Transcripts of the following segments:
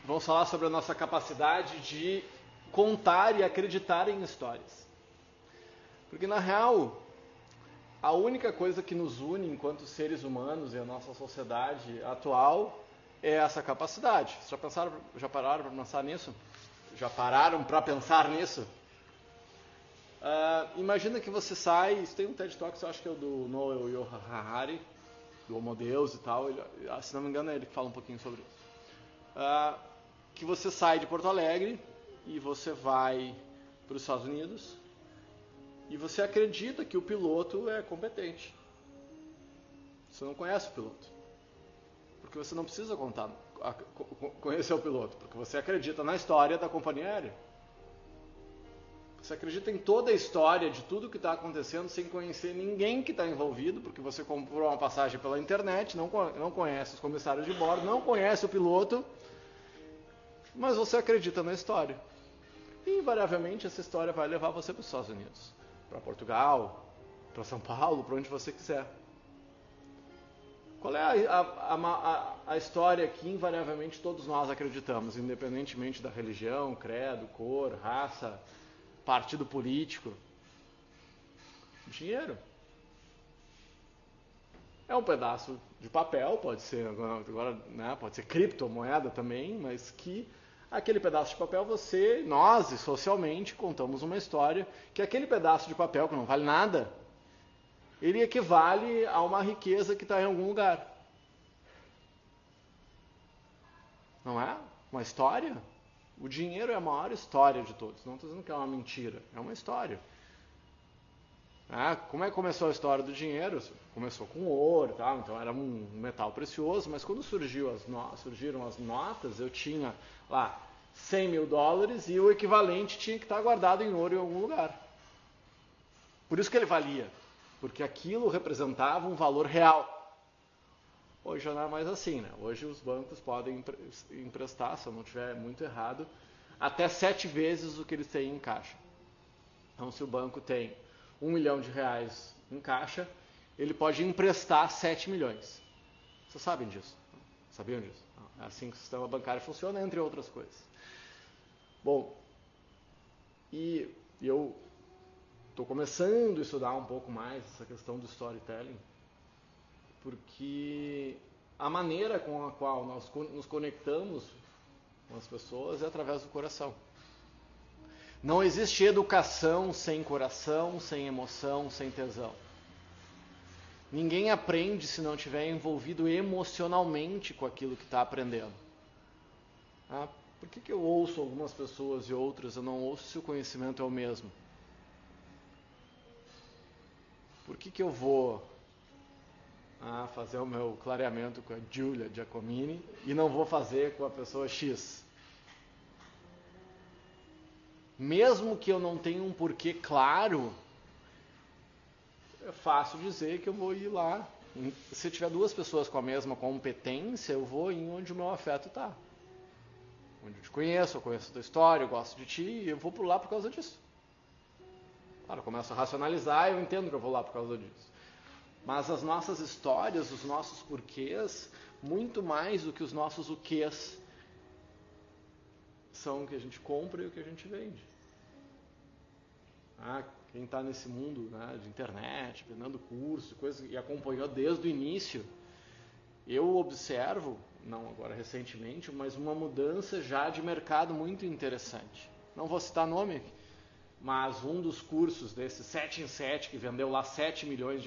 vamos falar sobre a nossa capacidade de contar e acreditar em histórias. Porque, na real, a única coisa que nos une enquanto seres humanos e a nossa sociedade atual é essa capacidade. Vocês já pararam para pensar nisso? Já pararam para pensar nisso? Imagina que você sai, tem um TED Talk, eu acho que é o do Noel Yoha Harari, do Homo Deus e tal, se não me engano é ele que fala um pouquinho sobre isso. Que você sai de Porto Alegre e você vai para os Estados Unidos e você acredita que o piloto é competente. Você não conhece o piloto, porque você não precisa conhecer o piloto, porque você acredita na história da companhia aérea. Você acredita em toda a história de tudo que está acontecendo sem conhecer ninguém que está envolvido, porque você comprou uma passagem pela internet, não conhece os comissários de bordo, não conhece o piloto, mas você acredita na história. E, invariavelmente, essa história vai levar você para os Estados Unidos, para Portugal, para São Paulo, para onde você quiser. Qual é a história que, invariavelmente, todos nós acreditamos, independentemente da religião, credo, cor, raça, partido político? Dinheiro. É um pedaço de papel, pode ser agora, né, pode ser criptomoeda também, mas que aquele pedaço de papel nós socialmente contamos uma história que aquele pedaço de papel que não vale nada, ele equivale a uma riqueza que está em algum lugar. Não é? Uma história? O dinheiro é a maior história de todos. Não estou dizendo que é uma mentira, é uma história. Como é que começou a história do dinheiro? Começou com ouro, tá? Então era um metal precioso, mas quando surgiram as notas, eu tinha lá $100 mil e o equivalente tinha que estar guardado em ouro em algum lugar. Por isso que ele valia, porque aquilo representava um valor real. Hoje já não é mais assim, né? Hoje os bancos podem emprestar, se eu não estiver muito errado, até 7 vezes o que eles têm em caixa. Então, se o banco tem R$1 milhão em caixa, ele pode emprestar 7 milhões. Vocês sabem disso? Sabiam disso? É assim que o sistema bancário funciona, entre outras coisas. Bom, e eu estou começando a estudar um pouco mais essa questão do storytelling, porque a maneira com a qual nós nos conectamos com as pessoas é através do coração. Não existe educação sem coração, sem emoção, sem tesão. Ninguém aprende se não estiver envolvido emocionalmente com aquilo que está aprendendo. Por que eu ouço algumas pessoas e outras eu não ouço se o conhecimento é o mesmo? Por que eu vou fazer o meu clareamento com a Giulia Giacomini e não vou fazer com a pessoa X? Mesmo que eu não tenha um porquê claro, é fácil dizer que eu vou ir lá. Se tiver 2 pessoas com a mesma competência, eu vou em onde o meu afeto está. Onde eu te conheço, eu conheço a tua história, eu gosto de ti, e eu vou por lá por causa disso. Claro, eu começo a racionalizar e eu entendo que eu vou lá por causa disso. Mas as nossas histórias, os nossos porquês, muito mais do que os nossos o-quês, são o que a gente compra e o que a gente vende. Quem está nesse mundo, né, de internet, vendendo curso, e acompanhou desde o início, eu observo, não agora recentemente, mas uma mudança já de mercado muito interessante. Não vou citar nome, mas um dos cursos desses 7 em 7, que vendeu lá R$7 milhões,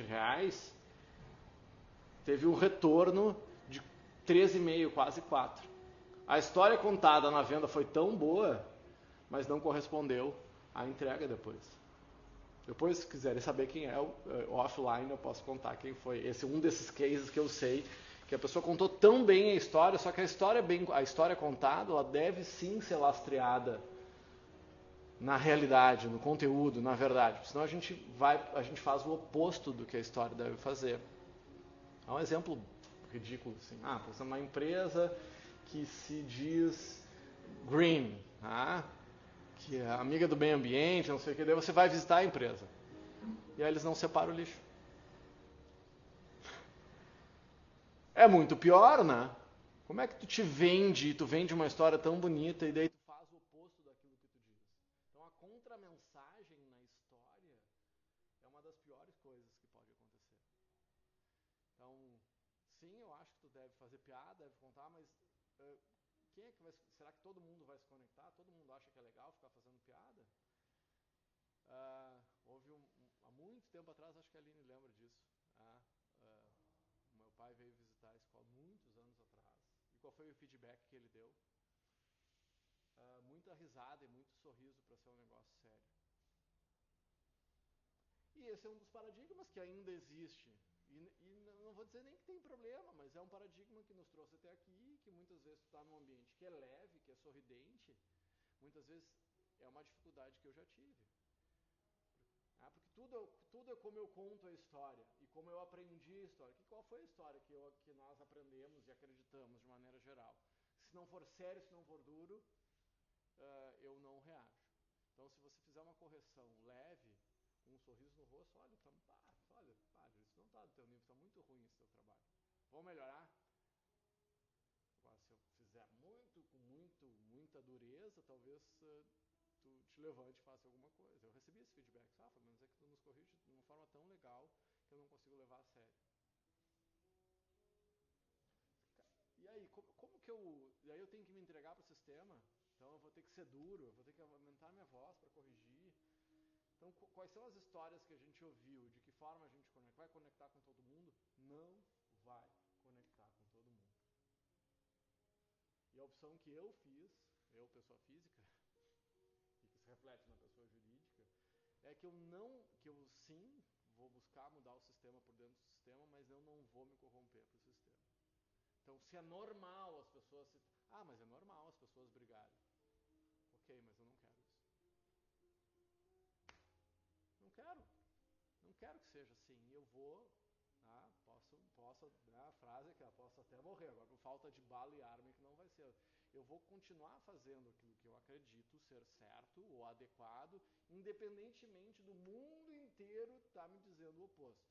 teve um retorno de 3,5, quase 4. A história contada na venda foi tão boa, mas não correspondeu à entrega depois. Depois, se quiserem saber quem é, offline eu posso contar quem foi. Esse é um desses cases que eu sei, que a pessoa contou tão bem a história, só que a história contada, ela deve sim ser lastreada na realidade, no conteúdo, na verdade. Senão a gente faz o oposto do que a história deve fazer. É um exemplo ridículo, assim. Por exemplo, uma empresa que se diz green, que é amiga do meio ambiente, não sei o que, daí você vai visitar a empresa. E aí eles não separam o lixo. É muito pior, né? Como é que tu te vende, tu vende uma história tão bonita e daí tu faz o oposto daquilo que tu diz? Então a contramensagem na história é uma das piores coisas que pode acontecer. Então, sim, eu acho que tu deve fazer piada, deve contar, mas quem é que vai, será que todo mundo vai se conectar? Todo mundo acha que é legal ficar fazendo piada? Houve há muito tempo atrás, acho que a Aline lembra disso. Meu pai veio visitar a escola muitos anos atrás. E qual foi o feedback que ele deu? Muita risada e muito sorriso para ser um negócio sério. E esse é um dos paradigmas que ainda existe. E não vou dizer nem que tem problema, mas é um paradigma que nos trouxe até aqui, que muitas vezes tu está num ambiente que é leve, que é sorridente, muitas vezes é uma dificuldade que eu já tive. Porque tudo é como eu conto a história e como eu aprendi a história. Qual foi a história que nós aprendemos e acreditamos de maneira geral? Se não for sério, se não for duro, eu não reajo. Então, se você fizer uma correção leve, com um sorriso no rosto, olha, isso não está do teu nível, está muito ruim esse teu trabalho. Vamos melhorar? Agora, se eu fizer muita dureza, talvez tu te levante e faça alguma coisa. Eu recebi esse feedback, mas é que tu nos corrige de uma forma tão legal que eu não consigo levar a sério. E aí, como que eu... E aí eu tenho que me entregar para o sistema, então eu vou ter que ser duro, eu vou ter que aumentar minha voz para corrigir. Então, quais são as histórias que a gente ouviu? De que forma a gente vai conectar com todo mundo? Não vai conectar com todo mundo. E a opção que eu fiz, eu, pessoa física, e que se reflete na pessoa jurídica, é que eu sim vou buscar mudar o sistema por dentro do sistema, mas eu não vou me corromper para o sistema. Então, se é normal as pessoas... mas é normal as pessoas brigarem. Ok, mas eu não quero isso. Não quero que seja assim. Eu vou... posso a frase é que posso até morrer, agora por falta de bala e arma que não vai ser. Eu vou continuar fazendo aquilo que eu acredito ser certo ou adequado, independentemente do mundo inteiro estar me dizendo o oposto.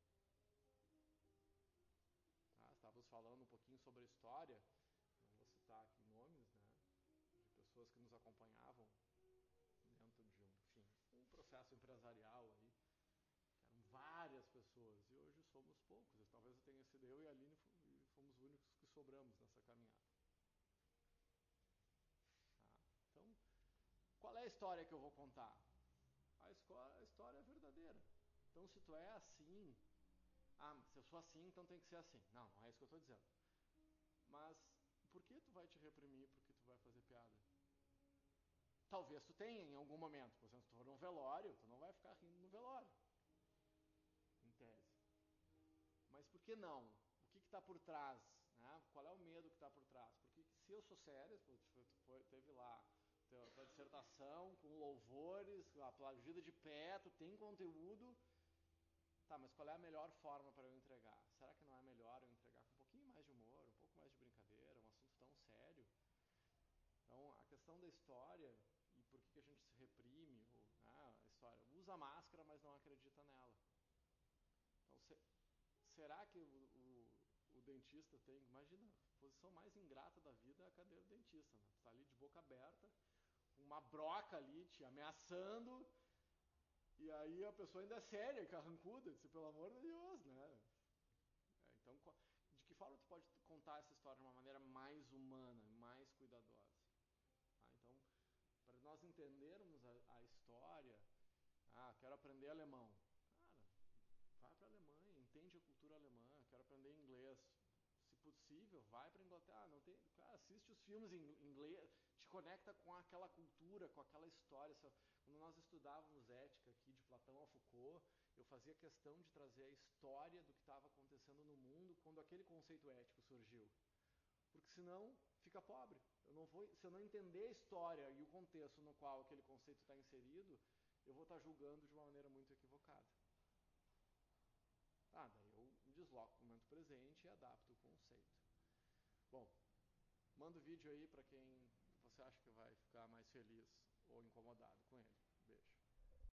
Estávamos falando um pouquinho sobre a história, não vou citar aqui nomes, de pessoas que nos acompanhavam dentro de um processo empresarial aí. Eram várias pessoas e hoje somos poucos. Talvez eu tenha sido eu e a Aline fomos os únicos que sobramos nessa caminhada. Então, qual é a história que eu vou contar? A história é verdadeira. Então, se tu é assim, se eu sou assim, então tem que ser assim. Não é isso que eu estou dizendo. Mas por que tu vai te reprimir porque tu vai fazer piada? Talvez tu tenha em algum momento. Por exemplo, se tu for num velório, tu não vai ficar rindo no velório. Em tese. Mas por que não? O que está por trás? Qual é o medo que está por trás? Porque se eu sou sério, tu teve lá tua dissertação com louvores, aplaudida de pé, tu tem conteúdo. Mas qual é a melhor forma para eu entregar? Será que não é melhor eu entregar com um pouquinho mais de humor, um pouco mais de brincadeira, um assunto tão sério? Então, a questão da história e por que a gente se reprime, a história usa máscara, mas não acredita nela. Então, será que o dentista tem... Imagina, a posição mais ingrata da vida é a cadeira do dentista. Tu está ali de boca aberta, uma broca ali te ameaçando, e aí a pessoa ainda é séria, carrancuda, disse, pelo amor de Deus, né? Então, de que forma tu pode contar essa história de uma maneira mais humana, mais cuidadosa? Então, para nós entendermos a história, quero aprender alemão. Cara, vai para a Alemanha, entende a cultura alemã, quero aprender inglês. Se possível, vai para a Inglaterra. Assiste os filmes em inglês, te conecta com aquela cultura, com aquela história. Quando nós estudávamos ética aqui de Platão a Foucault, eu fazia questão de trazer a história do que estava acontecendo no mundo quando aquele conceito ético surgiu. Porque senão fica pobre. Se eu não entender a história e o contexto no qual aquele conceito está inserido, eu vou estar julgando de uma maneira muito equivocada. Daí eu me desloco no momento presente e adapto o conceito. Bom, manda o vídeo aí para quem você acha que vai ficar mais feliz ou incomodado com ele.